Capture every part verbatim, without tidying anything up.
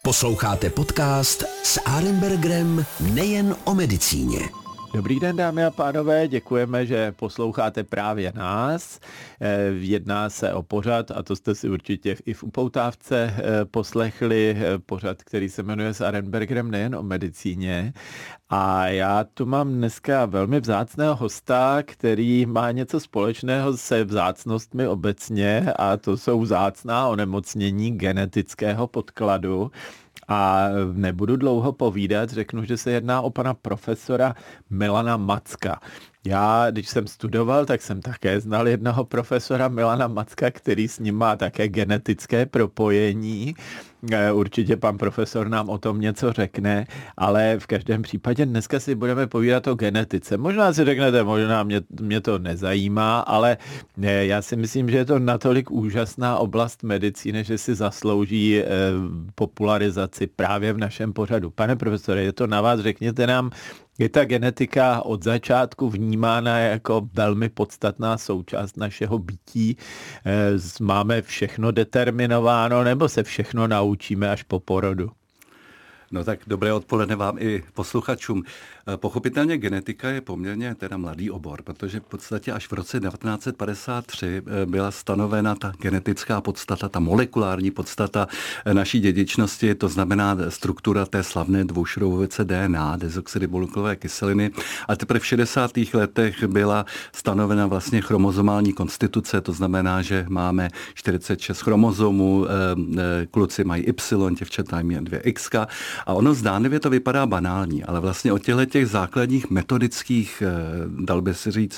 Posloucháte podcast s Arenbergerem nejen o medicíně. Dobrý den, dámy a pánové, děkujeme, že posloucháte právě nás. Jedná se o pořad, a to jste si určitě i v upoutávce poslechli, pořad, který se jmenuje s Arenbergerem nejen o medicíně. A já tu mám dneska velmi vzácného hosta, který má něco společného se vzácnostmi obecně, a to jsou vzácná onemocnění genetického podkladu. A nebudu dlouho povídat, řeknu, že se jedná o pana profesora Milana Macka. Já, když jsem studoval, tak jsem také znal jednoho profesora Milana Macka, který s ním má také genetické propojení. Určitě pan profesor nám o tom něco řekne, ale v každém případě dneska si budeme povídat o genetice. Možná si řeknete, možná mě, mě to nezajímá, ale já si myslím, že je to natolik úžasná oblast medicíny, že si zaslouží eh, popularizaci právě v našem pořadu. Pane profesore, je to na vás, řekněte nám, je ta genetika od začátku vnímána jako velmi podstatná součást našeho bytí? Máme všechno determinováno, nebo se všechno naučíme až po porodu? No tak dobré odpoledne vám i posluchačům. Pochopitelně genetika je poměrně teda mladý obor, protože v podstatě až v roce devatenáct set padesát tři byla stanovena ta genetická podstata, ta molekulární podstata naší dědičnosti, to znamená struktura té slavné dvoušroubovice D N A, dezoxyribonuklové kyseliny. A teprve v šedesátých letech byla stanovena vlastně chromozomální konstituce, to znamená, že máme čtyřicet šest chromozomů, kluci mají Y, děvčata mají dvě X. A ono zdánlivě to vypadá banální, ale vlastně o těchto těch základních metodických, dal by se říct,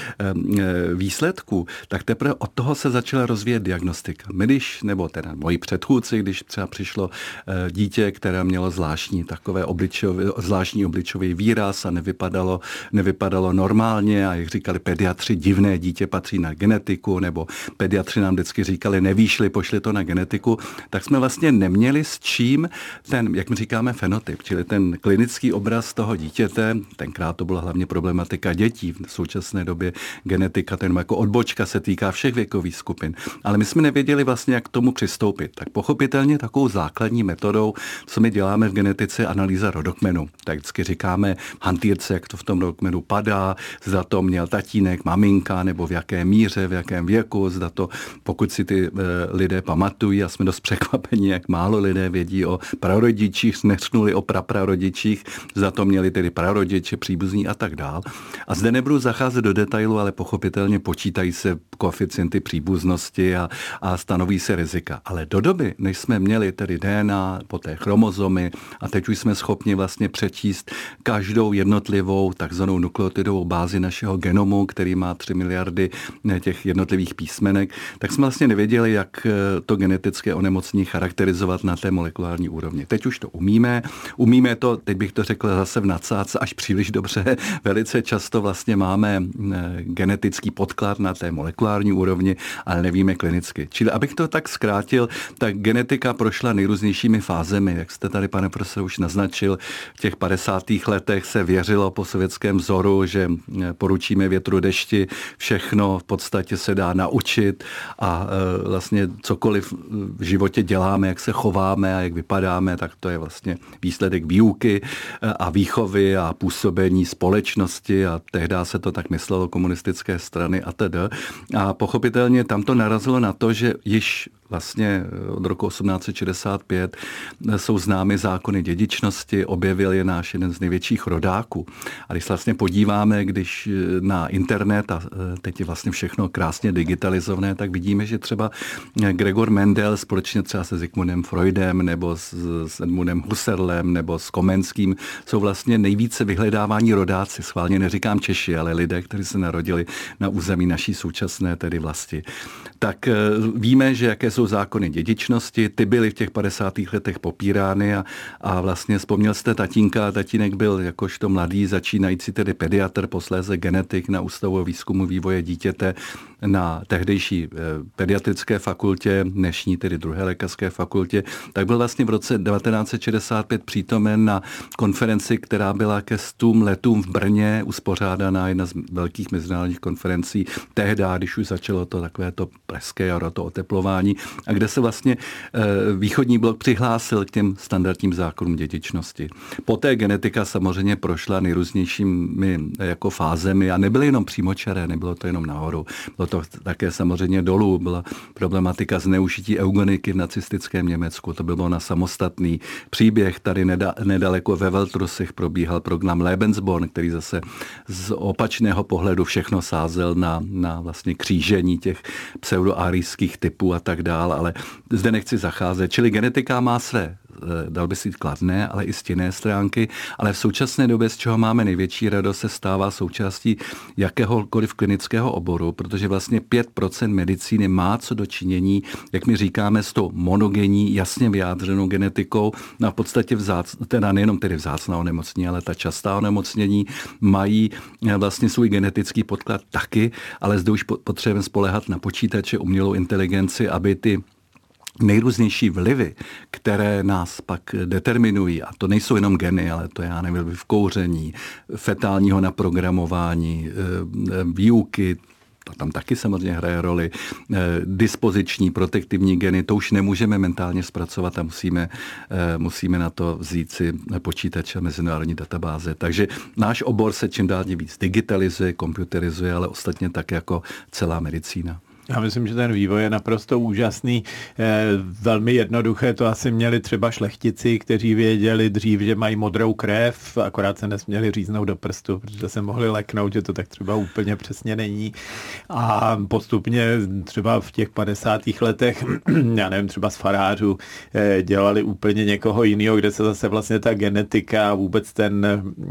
výsledků, tak teprve od toho se začala rozvíjet diagnostika. My když, nebo teda moji předchůdci, když třeba přišlo dítě, které mělo zvláštní takové obličový, zvláštní obličový výraz a nevypadalo, nevypadalo normálně a jak říkali pediatři, divné dítě patří na genetiku, nebo pediatři nám vždycky říkali, nevíšli, pošli to na genetiku, tak jsme vlastně neměli s čím ten, jak my říkáme, fenotyp, čili ten klinický obraz toho dítěte, tenkrát to byla hlavně problematika dětí, v současné době genetika, ten jako odbočka se týká všech věkových skupin, ale my jsme nevěděli vlastně, jak k tomu přistoupit. Tak pochopitelně takovou základní metodou, co my děláme v genetice, analýza rodokmenu. Tak vždycky říkáme hantýrce, jak to v tom rodokmenu padá, zda to měl tatínek, maminka, nebo v jaké míře, v jakém věku, zda to, pokud si ty e, lidé pamatují, a jsme dost překvapení, jak málo lidé vědí o prarodičích, neřknuli o praprarodičích, za to měli tedy prarodiče, příbuzní a tak dál. A zde nebudu zacházet do detailu, ale pochopitelně počítají se koeficienty příbuznosti a, a stanoví se rizika. Ale do doby, než jsme měli tedy D N A, poté chromozomy a teď už jsme schopni vlastně přečíst každou jednotlivou takzvanou nukleotidovou bázi našeho genomu, který má tři miliardy těch jednotlivých písmenek, tak jsme vlastně nevěděli, jak to genetické onemocnění charakterizovat na té molekulární úrovni. Teď už to umíme. Umíme to, teď bych to řekl zase v nadsázce, až příliš dobře. Velice často vlastně máme genetický podklad na té molekulární úrovni, ale nevíme klinicky. Čili abych to tak zkrátil, tak genetika prošla nejrůznějšími fázemi. Jak jste tady, pane profesor, už naznačil, v těch padesátých letech se věřilo po sovětském vzoru, že poručíme větru dešti, všechno v podstatě se dá naučit a vlastně cokoliv v životě děláme, jak se chováme a jak vypadáme, tak to je vlastně výsledek výuky a výchovy a působení společnosti a tehdy se to tak myslelo komunistické strany a tedy. A pochopitelně tam to narazilo na to, že již vlastně od roku osmnáct set šedesát pět jsou známy zákony dědičnosti, objevil je náš jeden z největších rodáků. A když se vlastně podíváme, když na internet, a teď je vlastně všechno krásně digitalizované, tak vidíme, že třeba Gregor Mendel společně třeba se Sigmundem Freudem nebo s, s Edmundem Husserlem nebo s Komenským jsou vlastně nejvíce vyhledávání rodáci. Schválně neříkám Češi, ale lidé, kteří se narodili na území naší současné tedy vlasti. Tak víme, že jaké jsou zákony dědičnosti, ty byly v těch padesátých letech popírány a, a vlastně vzpomněl jste tatínka, tatínek byl jakožto mladý, začínající tedy pediatr, posléze genetik na Ústavu výzkumu vývoje dítěte na tehdejší pediatrické fakultě, dnešní tedy druhé lékařské fakultě, tak byl vlastně v roce devatenáct set šedesát pět přítomen na konferenci, která byla ke stům letům v Brně uspořádaná, jedna z velkých mezinárodních konferencí tehdy, když už začalo to takové to pražské jaro, to oteplování, a kde se vlastně východní blok přihlásil k těm standardním zákonům dědičnosti. Poté genetika samozřejmě prošla nejrůznějšími jako fázemi a nebyly jenom přímočaré, nebylo to jenom nahoru, bylo to také samozřejmě dolů, byla problematika zneužití eugeniky v nacistickém Německu, to bylo na samostatný příběh. Tady nedaleko ve Veltrusech probíhal program Lebensborn, který zase z opačného pohledu všechno sázel na, na vlastně křížení těch pseudoarijských typů a tak dál, ale zde nechci zacházet. Čili genetika má své, dal by si kladné, ale i stinné stránky, ale v současné době, z čeho máme největší radost, se stává součástí jakéhokoliv klinického oboru, protože vlastně pět procent medicíny má co do činění, jak my říkáme, s tou monogenní, jasně vyjádřenou genetikou, no a v podstatě vzác, teda nejenom tedy vzácná onemocnění, ale ta častá onemocnění mají vlastně svůj genetický podklad taky, ale zde už potřebujeme spoléhat na počítače, umělou inteligenci, aby ty nejrůznější vlivy, které nás pak determinují, a to nejsou jenom geny, ale to já nevím, v kouření, fetálního naprogramování, výuky, to tam taky samozřejmě hraje roli, dispoziční, protektivní geny, to už nemůžeme mentálně zpracovat a musíme, musíme na to vzít si počítače a mezinárodní databáze. Takže náš obor se čím dál víc digitalizuje, komputerizuje, ale ostatně tak jako celá medicína. Já myslím, že ten vývoj je naprosto úžasný. Velmi jednoduché to asi měli třeba šlechtici, kteří věděli dřív, že mají modrou krev, akorát se nesměli říznout do prstu, protože se mohli leknout, že to tak třeba úplně přesně není. A postupně třeba v těch padesátých letech, já nevím, třeba z farářů dělali úplně někoho jiného, kde se zase vlastně ta genetika a vůbec ten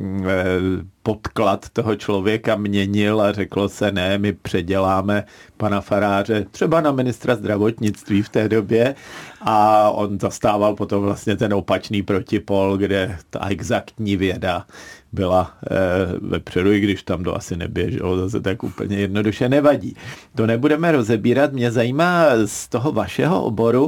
podklad toho člověka měnil a řeklo se, ne, my předěláme pana faráře třeba na ministra zdravotnictví v té době a on zastával potom vlastně ten opačný protipol, kde ta exaktní věda byla e, vepředu, i když tam to asi neběželo, zase tak úplně jednoduše nevadí. To nebudeme rozebírat, mě zajímá z toho vašeho oboru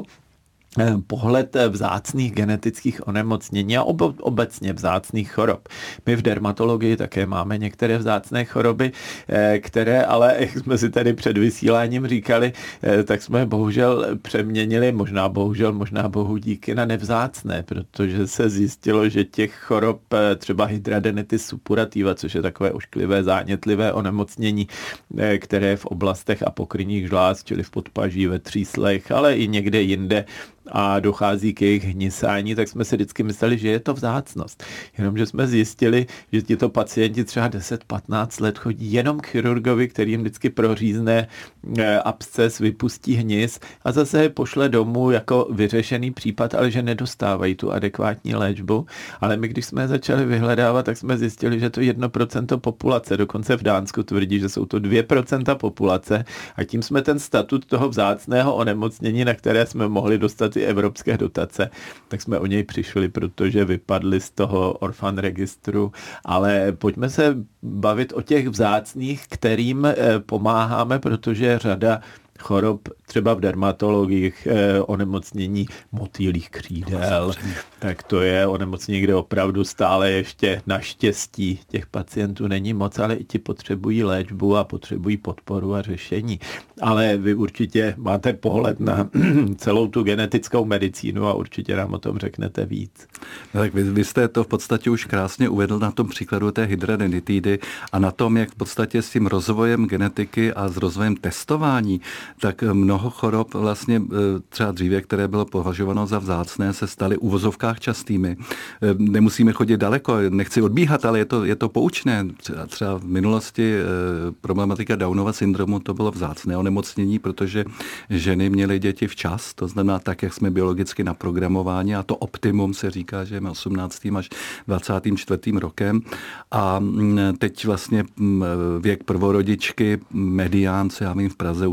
pohled vzácných genetických onemocnění a obecně vzácných chorob. My v dermatologii také máme některé vzácné choroby, které ale, jak jsme si tady před vysíláním říkali, tak jsme bohužel přeměnili, možná bohužel, možná bohu díky, na nevzácné, protože se zjistilo, že těch chorob třeba hidradenitis suppurativa, což je takové ošklivé, zánětlivé onemocnění, které v oblastech apokrynních žláz, čili v podpaží, ve tříslech, ale i někde jinde, a dochází k jejich hnisání, tak jsme si vždycky mysleli, že je to vzácnost. Jenomže jsme zjistili, že tito pacienti třeba deset patnáct let chodí jenom k chirurgovi, který jim vždycky prořízne absces, vypustí hnis a zase je pošle domů jako vyřešený případ, ale že nedostávají tu adekvátní léčbu. Ale my, když jsme je začali vyhledávat, tak jsme zjistili, že to jedno procento populace, dokonce v Dánsku tvrdí, že jsou to dvě procenta populace a tím jsme ten statut toho vzácného onemocnění, na které jsme mohli dostat i evropské dotace, tak jsme o něj přišli, protože vypadli z toho orphan registru, ale pojďme se bavit o těch vzácných, kterým pomáháme, protože řada chorob třeba v dermatologích, eh, onemocnění motýlých křídel, tak to je onemocnění, kde opravdu stále ještě naštěstí těch pacientů není moc, ale i ti potřebují léčbu a potřebují podporu a řešení. Ale vy určitě máte pohled na celou tu genetickou medicínu a určitě nám o tom řeknete víc. No tak vy, vy jste to v podstatě už krásně uvedl na tom příkladu té hydradenitídy a na tom, jak v podstatě s tím rozvojem genetiky a s rozvojem testování, tak mnoho chorob vlastně třeba dříve, které bylo považováno za vzácné, se staly v uvozovkách častými. Nemusíme chodit daleko, nechci odbíhat, ale je to, je to poučné. Třeba, třeba v minulosti problematika Downova syndromu to bylo vzácné onemocnění, protože ženy měly děti včas, to znamená tak, jak jsme biologicky naprogramováni a to optimum se říká, že je osmnáctým až dvacátým čtvrtým rokem a teď vlastně věk prvorodičky, medián, co já vím, v Praze už je okolo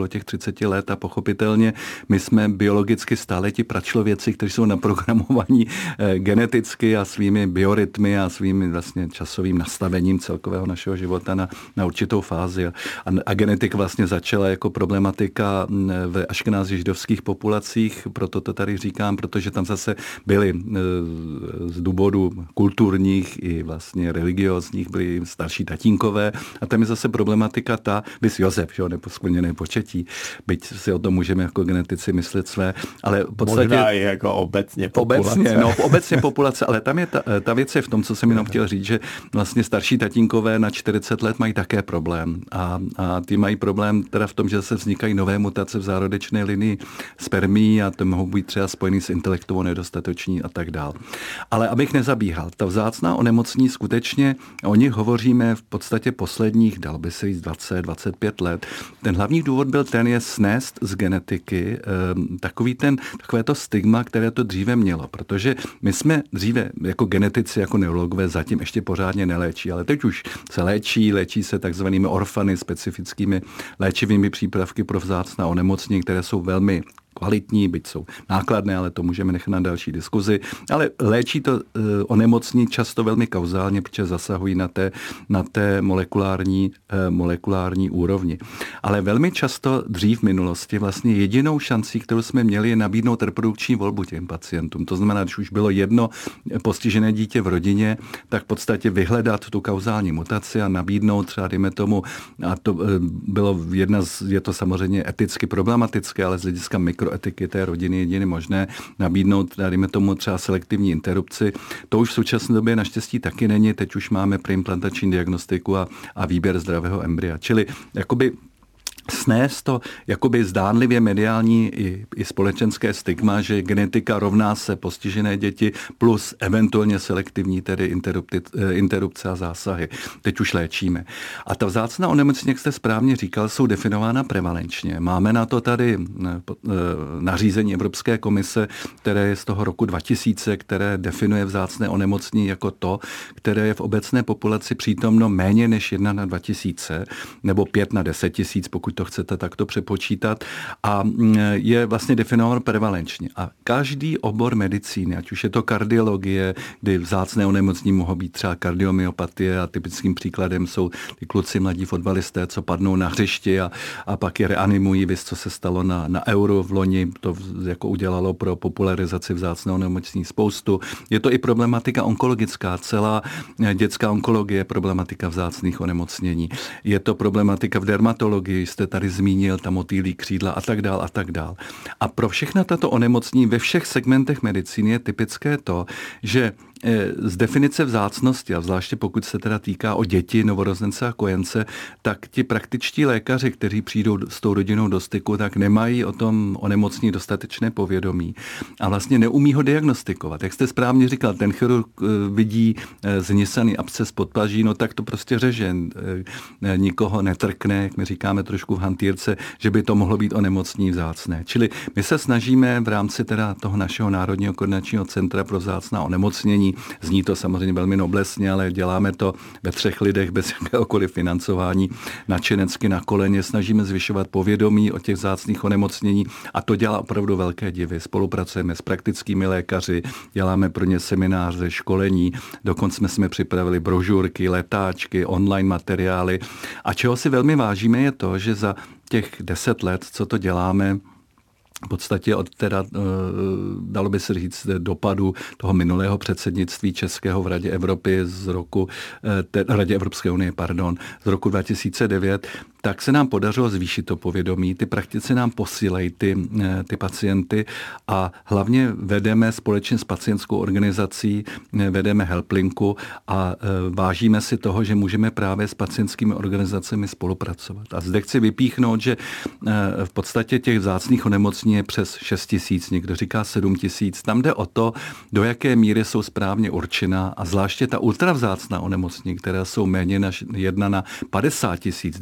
okolo těch třicet let a pochopitelně my jsme biologicky stále ti pračlověci, kteří jsou naprogramovaní geneticky a svými biorytmy a svými vlastně časovým nastavením celkového našeho života na, na určitou fázi. A, a genetika vlastně začala jako problematika v aškenázi židovských populacích, proto to tady říkám, protože tam zase byly z důvodu kulturních i vlastně religiózních byli starší tatínkové a tam je zase problematika ta, bys Josef, že jo, neposkvrněné početí, byť si o tom můžeme jako genetici myslet své, ale v podstatě... Možná i jako obecně populace. Obecně, no, obecně populace, ale tam je ta, ta věc je v tom, co jsem jenom chtěl říct, že vlastně starší tatínkové na čtyřicet let mají také problém a, a ty mají problém teda v tom, že se vznikají nové mutace v zárodečné linii spermií a to mohou být třeba spojený s intelektovou nedostatečný a tak dál. Ale abych nezabíhal, ta vzácná onemocnění skutečně, o nich hovoříme v podstatě posledních, dalo by se říct dvacet dvacet pět let. Ten hlavní důvod byl ten je snést z genetiky takový ten, takové to stigma, které to dříve mělo, protože my jsme dříve jako genetici, jako neurologové zatím ještě pořádně neléčí, ale teď už se léčí, léčí se takzvanými orfany, specifickými léčivými přípravky pro vzácná onemocnění, které jsou velmi kvalitní, byť jsou nákladné, ale to můžeme nechat na další diskuzi, ale léčí to e, onemocnění často velmi kauzálně, protože zasahují na té, na té molekulární, e, molekulární úrovni. Ale velmi často dřív v minulosti vlastně jedinou šancí, kterou jsme měli, je nabídnout reprodukční volbu těm pacientům. To znamená, když už bylo jedno postižené dítě v rodině, tak v podstatě vyhledat tu kauzální mutaci a nabídnout třeba, dejme tomu, a to e, bylo jedna z, je to samozřejmě eticky problematické, ale z hlediska mikroetiky té rodiny jedině možné nabídnout, dejme tomu třeba selektivní interrupci. To už v současné době naštěstí taky není, teď už máme preimplantační diagnostiku a, a výběr zdravého embrya. Čili jakoby snést to jakoby zdánlivě mediální i, i společenské stigma, že genetika rovná se postižené děti plus eventuálně selektivní tedy interrupce a zásahy. Teď už léčíme. A ta vzácná onemocnění, jak jste správně říkal, jsou definována prevalenčně. Máme na to tady nařízení Evropské komise, které je z toho roku dva tisíce, které definuje vzácné onemocnění jako to, které je v obecné populaci přítomno méně než jedna na dva tisíce nebo pět na deset tisíc, pokud to chcete takto přepočítat, a je vlastně definováno prevalenčně. A každý obor medicíny, ať už je to kardiologie, kdy vzácné onemocnění mohou být třeba kardiomyopatie a typickým příkladem jsou ty kluci mladí fotbalisté, co padnou na hřišti a, a pak je reanimují, víc, co se stalo na, na Euro v loni, to jako udělalo pro popularizaci vzácného onemocnění spoustu. Je to i problematika onkologická, celá dětská onkologie, problematika vzácných onemocnění. Je to problematika v dermatologii, jste tady zmínil, ta motýlí křídla a tak dál a tak dál. A pro všechna tato onemocnění ve všech segmentech medicíny je typické to, že z definice vzácnosti, a zvláště pokud se teda týká o děti, novorozence a kojence, tak ti praktičtí lékaři, kteří přijdou s tou rodinou do styku, tak nemají o tom onemocnění dostatečné povědomí a vlastně neumí ho diagnostikovat. Jak jste správně říkal, ten chirurg vidí znisaný absces pod paží, no tak to prostě řeže. Nikoho netrkne, jak my říkáme trošku v hantýrce, že by to mohlo být onemocnění vzácné. Čili my se snažíme v rámci teda toho našeho Národního koordinačního centra pro vzácná onemocnění. Zní to samozřejmě velmi noblesně, ale děláme to ve třech lidech bez jakéhokoliv financování, nadšenecky na koleně, snažíme zvyšovat povědomí o těch vzácných onemocnění a to dělá opravdu velké divy. Spolupracujeme s praktickými lékaři, děláme pro ně semináře, školení, dokonce jsme připravili brožurky, letáčky, online materiály a čeho si velmi vážíme je to, že za těch deset let, co to děláme, v podstatě od teda, dalo by se říct, dopadu toho minulého předsednictví českého v Radě Evropy z roku, Radě Evropské unie, pardon, z roku dva tisíce devět, tak se nám podařilo zvýšit to povědomí. Ty praktici nám posílají ty, ty pacienty a hlavně vedeme společně s pacientskou organizací, vedeme helplinku a vážíme si toho, že můžeme právě s pacientskými organizacemi spolupracovat. A zde chci vypíchnout, že v podstatě těch vzácných onemocnění je přes šest tisíc, někdo říká sedm tisíc. Tam jde o to, do jaké míry jsou správně určená a zvláště ta ultravzácná onemocnění, která jsou méně než jedna na padesát tisíc, kdy se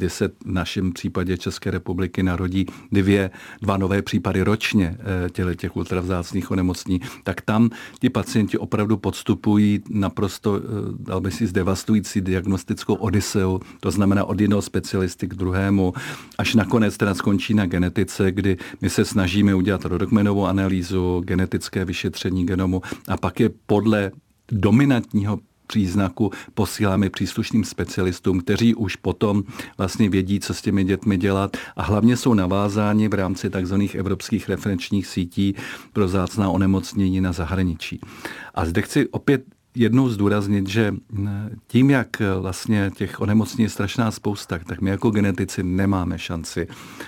v našem případě České republiky narodí dvě, dva nové případy ročně těle těch ultravzácných onemocnění, tak tam ti pacienti opravdu podstupují naprosto, dal by si zdevastující diagnostickou odiseu, to znamená od jednoho specialisty k druhému, až nakonec teda skončí na genetice, kdy my se snažíme udělat rodokmenovou analýzu, genetické vyšetření genomu a pak je podle dominantního příznaku posíláme příslušným specialistům, kteří už potom vlastně vědí, co s těmi dětmi dělat a hlavně jsou navázáni v rámci takzvaných evropských referenčních sítí pro vzácná onemocnění na zahraničí. A zde chci opět jednou zdůraznit, že tím, jak vlastně těch onemocnění je strašná spousta, tak my jako genetici nemáme šanci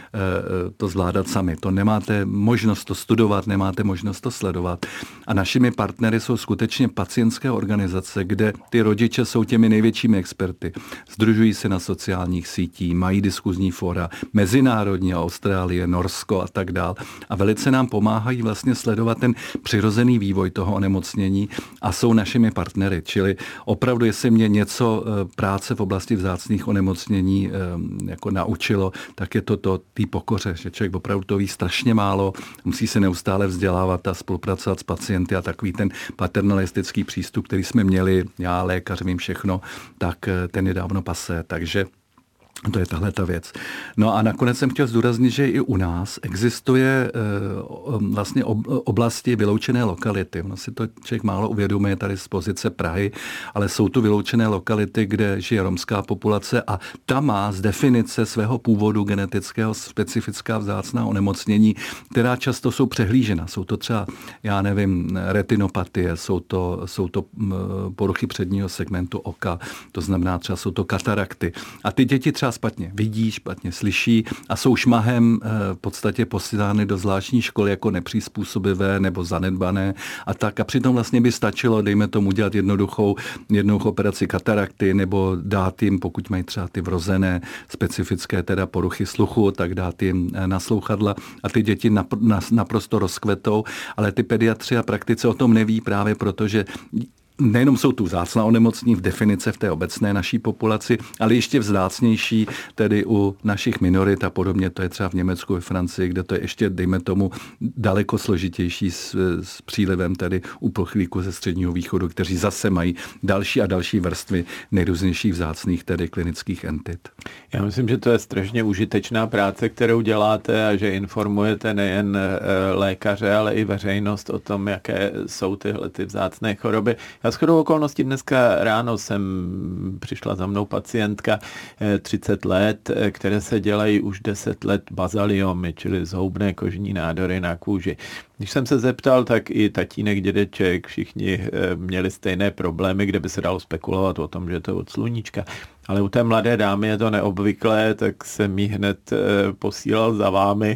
to zvládat sami. To nemáte možnost to studovat, nemáte možnost to sledovat. A našimi partnery jsou skutečně pacientské organizace, kde ty rodiče jsou těmi největšími experty. Sdružují se na sociálních sítích, mají diskuzní fóra, mezinárodní, Austrálie, Norsko a tak dál. A velice nám pomáhají vlastně sledovat ten přirozený vývoj toho onemocnění a jsou našimi partnery, čili opravdu, jestli mě něco práce v oblasti vzácných onemocnění jako naučilo, tak je to to té pokoře, že člověk opravdu to ví strašně málo, musí se neustále vzdělávat a spolupracovat s pacienty a takový ten paternalistický přístup, který jsme měli, já lékař vím všechno, tak ten je dávno pasé, takže to je tahle ta věc. No a nakonec jsem chtěl zdůraznit, že i u nás existuje vlastně oblasti vyloučené lokality. Ono si to člověk málo uvědomuje tady z pozice Prahy, ale jsou tu vyloučené lokality, kde žije romská populace a ta má z definice svého původu genetického specifická vzácná onemocnění, která často jsou přehlížena. Jsou to třeba, já nevím, retinopatie, jsou to, jsou to poruchy předního segmentu oka, to znamená třeba jsou to katarakty. A ty děti třeba špatně vidí, špatně slyší a jsou šmahem v podstatě posílány do zvláštní školy jako nepřizpůsobivé nebo zanedbané a tak. A přitom vlastně by stačilo, dejme tomu, dělat jednoduchou, jednoduchou operaci katarakty nebo dát jim, pokud mají třeba ty vrozené specifické teda poruchy sluchu, tak dát jim naslouchadla a ty děti naprosto rozkvetou, ale ty pediatři a praktici o tom neví právě proto, že nejenom jsou tu vzácná onemocnění v definice v té obecné naší populaci, ale ještě vzácnější tedy u našich minorit a podobně, to je třeba v Německu, ve Francii, kde to je ještě, dejme tomu, daleko složitější s, s přílivem tedy uprchlíků ze Středního východu, kteří zase mají další a další vrstvy nejrůznějších vzácných tedy klinických entit. Já myslím, že to je strašně užitečná práce, kterou děláte a že informujete nejen lékaře, ale i veřejnost o tom, jaké jsou tyhle ty vzácné choroby. Já shodou okolností dneska ráno jsem přišla za mnou pacientka třicet let, které se dělají už deset let bazaliomy, čili zhoubné kožní nádory na kůži. Když jsem se zeptal, tak i tatínek, dědeček, všichni měli stejné problémy, kde by se dalo spekulovat o tom, že je to od sluníčka. Ale u té mladé dámy je to neobvyklé, tak jsem jí hned posílal za vámi,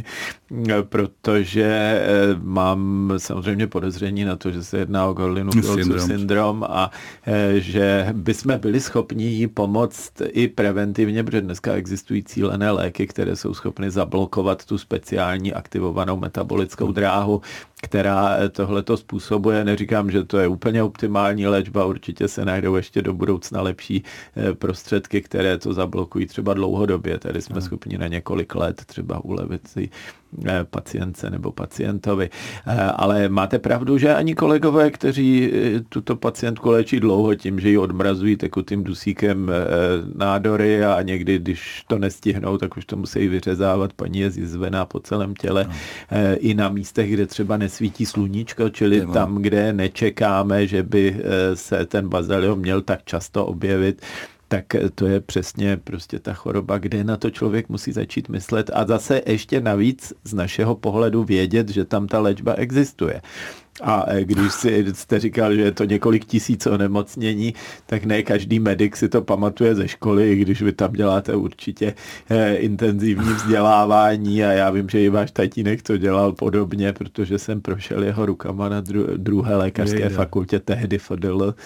protože mám samozřejmě podezření na to, že se jedná o Gorlinu-Wilsův syndrom a že bychom byli schopni jí pomoct i preventivně, protože dneska existují cílené léky, které jsou schopny zablokovat tu speciální aktivovanou metabolickou dráhu, která tohleto způsobuje. Neříkám, že to je úplně optimální léčba, určitě se najdou ještě do budoucna lepší prostředky, které to zablokují třeba dlouhodobě. Tady jsme schopni na několik let třeba ulevit si pacientce nebo pacientovi. Ale máte pravdu, že ani kolegové, kteří tuto pacientku léčí dlouho tím, že ji odmrazují tekutým dusíkem nádory a někdy, když to nestihnou, tak už to musí vyřezávat. Paní je zjizvená po celém těle. No. I na místech, kde třeba nesvítí sluníčko, čili Těma. tam, kde nečekáme, že by se ten bazaliom měl tak často objevit, tak to je přesně prostě ta choroba, kde na to člověk musí začít myslet a zase ještě navíc z našeho pohledu vědět, že tam ta léčba existuje. A když si, jste říkal, že je to několik tisíc onemocnění, tak ne každý medic si to pamatuje ze školy, i když vy tam děláte určitě intenzivní vzdělávání a já vím, že i váš tatínek to dělal podobně, protože jsem prošel jeho rukama na dru- druhé lékařské je, fakultě tehdy F D L.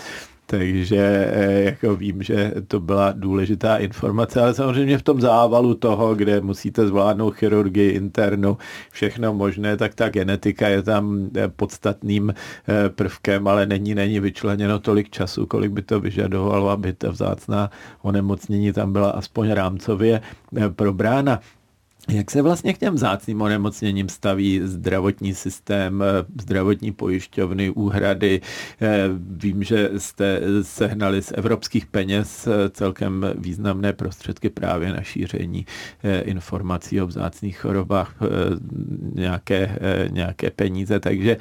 takže jako vím, že to byla důležitá informace, ale samozřejmě v tom závalu toho, kde musíte zvládnout chirurgii internu, všechno možné, tak ta genetika je tam podstatným prvkem, ale není, není vyčleněno tolik času, kolik by to vyžadovalo, aby ta vzácná onemocnění tam byla aspoň rámcově probrána. Jak se vlastně k těm vzácným onemocněním staví zdravotní systém, zdravotní pojišťovny, úhrady? Vím, že jste sehnali z evropských peněz celkem významné prostředky právě na šíření informací o vzácných chorobách, nějaké, nějaké peníze, takže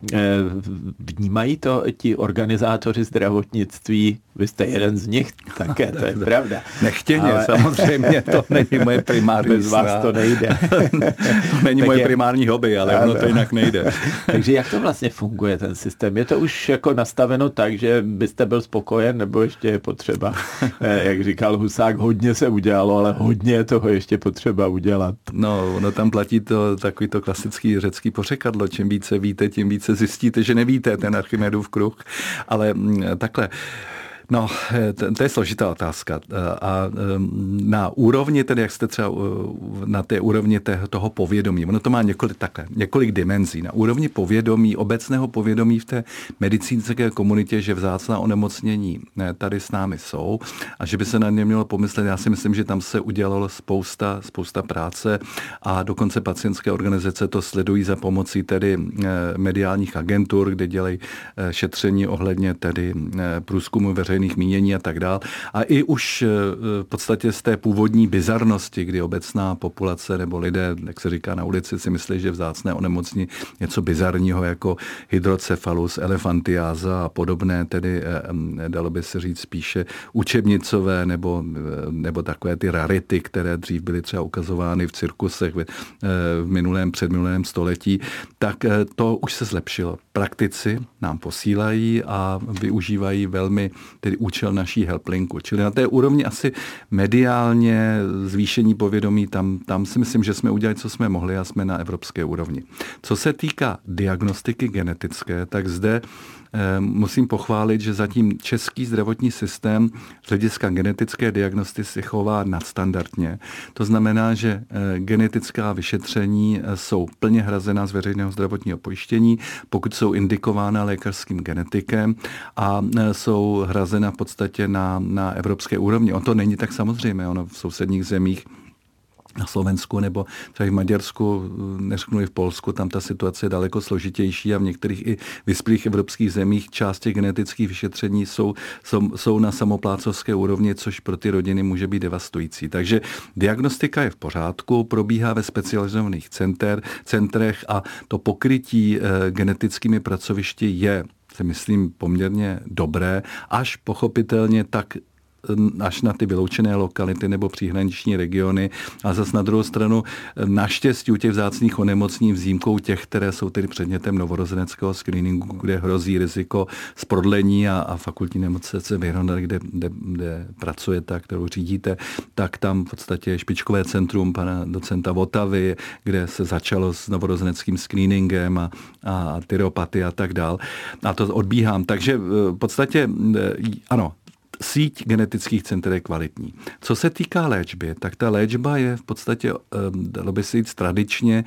vnímají to ti organizátoři zdravotnictví? Vy jste jeden z nich také, to je pravda. Nechtěně, ale... samozřejmě, to není moje primární Bez vás to nejde. To není moje je... primární hobby, ale ano. Ono to jinak nejde. Takže jak to vlastně funguje, ten systém? Je to už jako nastaveno tak, že byste byl spokojen, nebo ještě je potřeba, jak říkal Husák, hodně se udělalo, ale hodně je toho ještě potřeba udělat. No, ono tam platí to takový to klasický řecký pořekadlo, čím více víte, tím více zjistíte, že nevíte, ten Archimedův kruh, ale takhle. No, to je složitá otázka. A na úrovni, tedy jak jste třeba na té úrovni toho povědomí, ono to má několik, takhle, několik dimenzí. Na úrovni povědomí, obecného povědomí v té medicínské komunitě, že vzácná onemocnění tady s námi jsou a že by se na ně mělo pomyslet. Já si myslím, že tam se udělalo spousta, spousta práce a dokonce pacientské organizace to sledují za pomocí tedy mediálních agentur, kde dělají šetření ohledně tedy průzkumu veřejnosti mínění a tak dál. A i už v podstatě z té původní bizarnosti, kdy obecná populace nebo lidé, jak se říká na ulici, si myslí, že vzácné onemocnění něco bizarního jako hydrocephalus, elefantiáza a podobné, tedy dalo by se říct spíše učebnicové nebo, nebo takové ty rarity, které dřív byly třeba ukazovány v cirkusech v minulém, předminulém století, tak to už se zlepšilo. Praktici nám posílají a využívají velmi tedy účel naší helplinku. Čili na té úrovni asi mediálně zvýšení povědomí, tam, tam si myslím, že jsme udělali, co jsme mohli a jsme na evropské úrovni. Co se týká diagnostiky genetické, tak zde musím pochválit, že zatím český zdravotní systém z hlediska genetické diagnostiky se chová nadstandardně. To znamená, že genetická vyšetření jsou plně hrazená z veřejného zdravotního pojištění, pokud jsou indikována lékařským genetikem a jsou hrazena v podstatě na, na evropské úrovni. On to není tak samozřejmé, ono v sousedních zemích na Slovensku nebo třeba v Maďarsku, neřeknu i v Polsku, tam ta situace je daleko složitější a v některých i vyspělých evropských zemích část těch genetických vyšetření jsou, jsou, jsou na samoplácovské úrovni, což pro ty rodiny může být devastující. Takže diagnostika je v pořádku, probíhá ve specializovaných center, centrech a to pokrytí e, genetickými pracovišti je, si myslím, poměrně dobré, až pochopitelně tak až na ty vyloučené lokality nebo příhraniční regiony. A zase na druhou stranu naštěstí u těch vzácných onemocnění výjimkou těch, které jsou tedy předmětem novorozeneckého screeningu, kde hrozí riziko z prodlení a, a fakultní nemocnice Věhronad, kde, kde, kde pracujete, kterou řídíte, tak tam v podstatě je špičkové centrum pana docenta Votavy, kde se začalo s novorozeneckým screeningem a, a tyreopatii a tak dál. A to odbíhám. Takže v podstatě ano, síť genetických center je kvalitní. Co se týká léčby, tak ta léčba je v podstatě, dalo by se říct, tradičně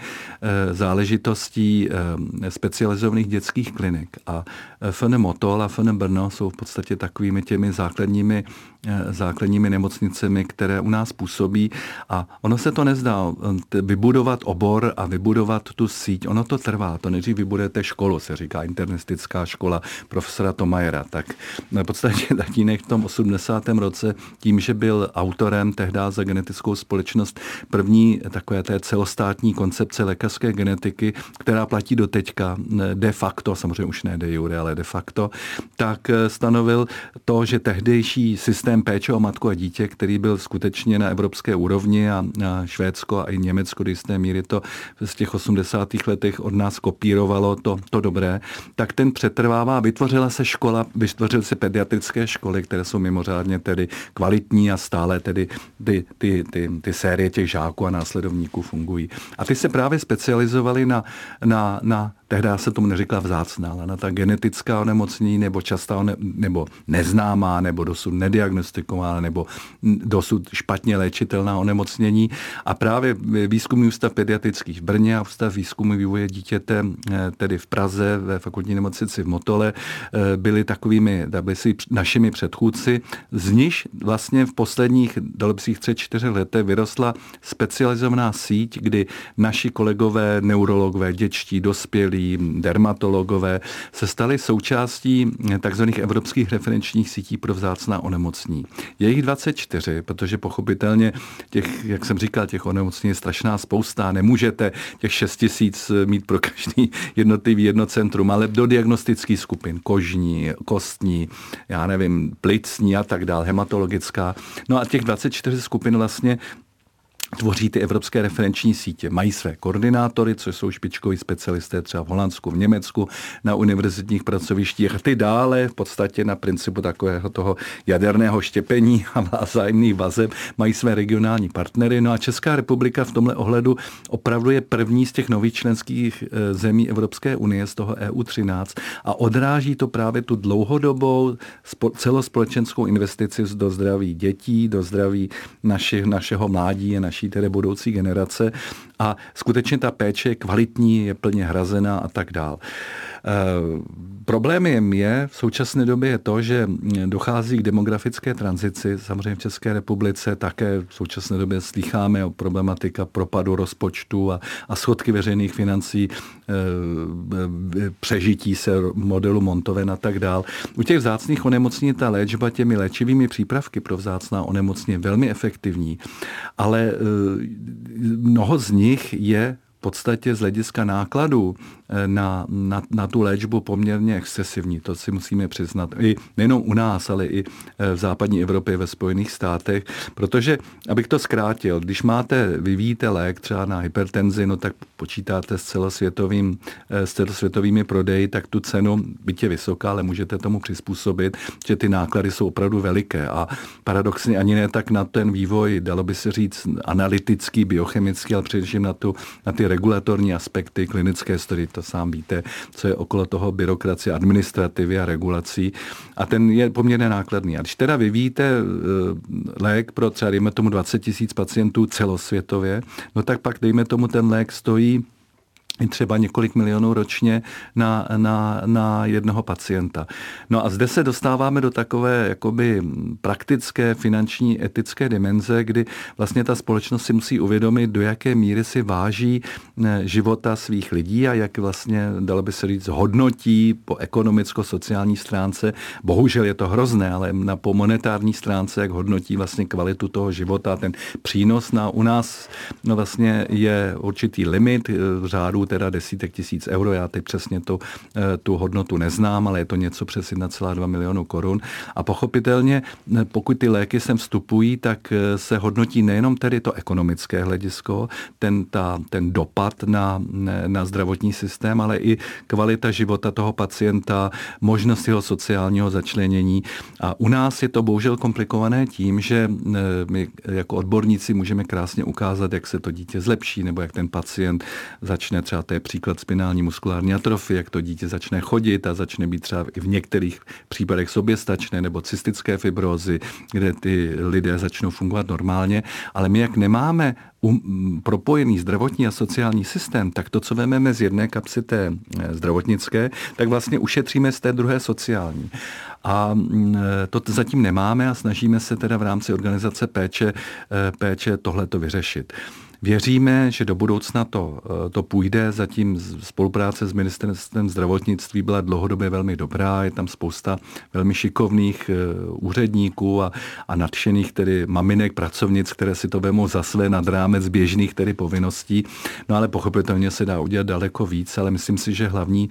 záležitostí specializovaných dětských klinik. A F N Motol a F N Brno jsou v podstatě takovými těmi základními, základními nemocnicemi, které u nás působí. A ono se to nezdá vybudovat obor a vybudovat tu síť. Ono to trvá. To nejdřív vybudujete školu, se říká internistická škola profesora Tomajera. Tak v podstatě tatínek v tom osmdesátém roce tím, že byl autorem tehdy za genetickou společnost první takové té celostátní koncepce lékařské genetiky, která platí do teďka de facto, samozřejmě už ne de jure, ale de facto, tak stanovil to, že tehdejší systém péče o matku a dítě, který byl skutečně na evropské úrovni a Švédsko a i Německo do jisté míry to z těch osmdesátých letech od nás kopírovalo to, to dobré, tak ten přetrvává. Vytvořila se škola, vytvořily se pediatrické školy, které jsou mimořádně tedy kvalitní a stále tedy ty, ty, ty, ty série těch žáků a následovníků fungují. A ty se právě specializovaly na, na, na tehdy se tomu neříkala vzácná, ale na ta genetická onemocnění nebo častá one, nebo neznámá, nebo dosud nediagnostikovaná, nebo dosud špatně léčitelná onemocnění. A právě výzkumný ústav pediatrický v Brně a ústav výzkumu vývoje dítěte, tedy v Praze, ve fakultní nemocnici v Motole, byli takovými, byli si našimi předchůdci, z nich vlastně v posledních dalších tři, čtyři letech vyrostla specializovaná síť, kdy naši kolegové, neurologové, dětští, dospělí, dermatologové se stali součástí takzvaných evropských referenčních sítí pro vzácná onemocnění. Je jich dvacet čtyři, protože pochopitelně těch, jak jsem říkal, těch onemocnění je strašná spousta. Nemůžete těch šest tisíc mít pro každý jednotlivý jedno centrum, ale do diagnostických skupin, kožní, kostní, já nevím, plicní a tak dále, hematologická. No a těch dvacet čtyři skupin vlastně tvoří ty evropské referenční sítě. Mají své koordinátory, což jsou špičkoví specialisté třeba v Holandsku, v Německu, na univerzitních pracovištích a ty dále v podstatě na principu takového toho jaderného štěpení a vzájemných vazeb mají své regionální partnery. No a Česká republika v tomhle ohledu opravdu je první z těch nových členských zemí Evropské unie, z toho E U třináct a odráží to právě tu dlouhodobou celospolečenskou investici do zdraví dětí, do zdraví naši, našeho mládí a naší tedy budoucí generace a skutečně ta péče je kvalitní, je plně hrazená a tak dál. E, problémem je v současné době je to, že dochází k demografické tranzici, samozřejmě v České republice také v současné době slýcháme o problematika propadu rozpočtu a, a schodky veřejných financí, e, e, přežití se modelu Montoven a tak dál. U těch vzácných onemocnění ta léčba těmi léčivými přípravky pro vzácná onemocnění je velmi efektivní, ale e, mnoho z nich je v podstatě z hlediska nákladů na, na, na tu léčbu poměrně excesivní. To si musíme přiznat. I nejenom u nás, ale i v západní Evropě, ve Spojených státech. Protože, abych to zkrátil, když máte, vyvíjíte lék třeba na hypertenzi, no tak počítáte s celosvětovým, s celosvětovými prodeji, tak tu cenu, byť je vysoká, ale můžete tomu přizpůsobit, že ty náklady jsou opravdu veliké. A paradoxně ani ne tak na ten vývoj, dalo by se říct, analytický, biochemický, ale především na, tu, na ty regulatorní aspekty, klinické studie, to sám víte, co je okolo toho byrokracie, administrativy a regulací. A ten je poměrně nákladný. A když teda vyvíjíte lék pro třeba, dejme tomu dvacet tisíc pacientů celosvětově, no tak pak dejme tomu ten lék stojí třeba několik milionů ročně na, na, na jednoho pacienta. No a zde se dostáváme do takové jakoby praktické, finanční, etické dimenze, kdy vlastně ta společnost si musí uvědomit, do jaké míry si váží života svých lidí a jak vlastně, dalo by se říct, hodnotí po ekonomicko-sociální stránce. Bohužel je to hrozné, ale na po monetární stránce, jak hodnotí vlastně kvalitu toho života, ten přínos na u nás no vlastně je určitý limit v řádu teda desítek tisíc euro, já teď přesně tu, tu hodnotu neznám, ale je to něco přes jedna celá dva milionu korun. A pochopitelně, pokud ty léky sem vstupují, tak se hodnotí nejenom tedy to ekonomické hledisko, ten, ta, ten dopad na, na zdravotní systém, ale i kvalita života toho pacienta, možnost jeho sociálního začlenění. A u nás je to bohužel komplikované tím, že my jako odborníci můžeme krásně ukázat, jak se to dítě zlepší, nebo jak ten pacient začne třeba, to je příklad spinální muskulární atrofie, jak to dítě začne chodit a začne být třeba i v některých případech soběstačné nebo cystické fibrózy, kde ty lidé začnou fungovat normálně, ale my jak nemáme um, propojený zdravotní a sociální systém, tak to, co vezmeme z jedné kapsy té zdravotnické, tak vlastně ušetříme z té druhé sociální. A to zatím nemáme a snažíme se teda v rámci organizace péče, péče tohleto vyřešit. Věříme, že do budoucna to, to půjde. Zatím spolupráce s ministerstvem zdravotnictví byla dlouhodobě velmi dobrá. Je tam spousta velmi šikovných úředníků a, a nadšených tedy maminek, pracovnic, které si to vemou za své nad rámec běžných tedy povinností. No ale pochopitelně se dá udělat daleko víc, ale myslím si, že hlavní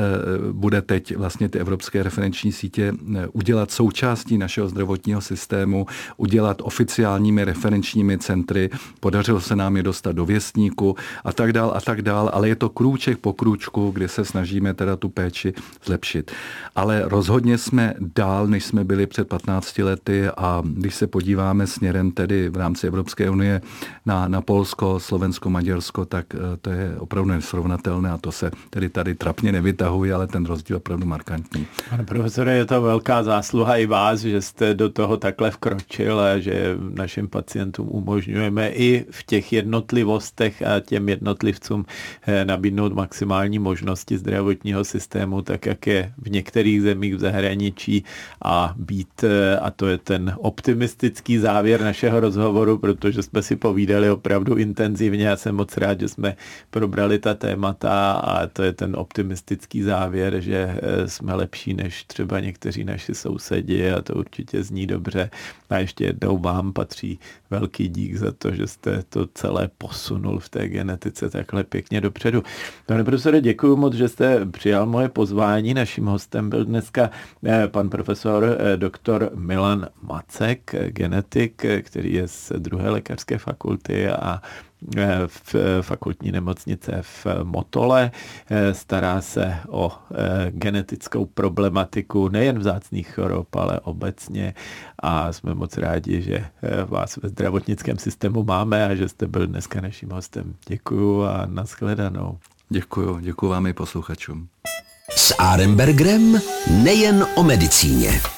bude teď vlastně ty evropské referenční sítě udělat součástí našeho zdravotního systému, udělat oficiálními referenčními centry. Podařilo se nám je dostat do věstníku a tak dál a tak dál, ale je to krůček po krůčku, kde se snažíme teda tu péči zlepšit. Ale rozhodně jsme dál, než jsme byli před patnácti lety a když se podíváme směrem tedy v rámci Evropské unie na, na Polsko, Slovensko, Maďarsko, tak to je opravdu nesrovnatelné a to se tedy tady trapně nevytahuje, ale ten rozdíl je opravdu markantní. Pane profesore, je to velká zásluha i vás, že jste do toho takhle vkročil a že našim pacientům umožňujeme i v těch jednotlivostech a těm jednotlivcům nabídnout maximální možnosti zdravotního systému, tak jak je v některých zemích v zahraničí a být, a to je ten optimistický závěr našeho rozhovoru, protože jsme si povídali opravdu intenzivně. Já jsem moc rád, že jsme probrali ta témata a to je ten optimistický závěr, že jsme lepší než třeba někteří naši sousedi a to určitě zní dobře. A ještě jednou vám patří velký dík za to, že jste to celé posunul v té genetice takhle pěkně dopředu. Pane profesore, děkuji moc, že jste přijal moje pozvání. Naším hostem byl dneska pan profesor doktor Milan Macek, genetik, který je z druhé lékařské fakulty a v fakultní nemocnice v Motole. Stará se o genetickou problematiku nejen vzácných chorob, ale obecně a jsme moc rádi, že vás ve zdravotnickém systému máme a že jste byl dneska naším hostem. Děkuju a nashledanou. Děkuju, děkuju vám i posluchačům. S Arenbergerem nejen o medicíně.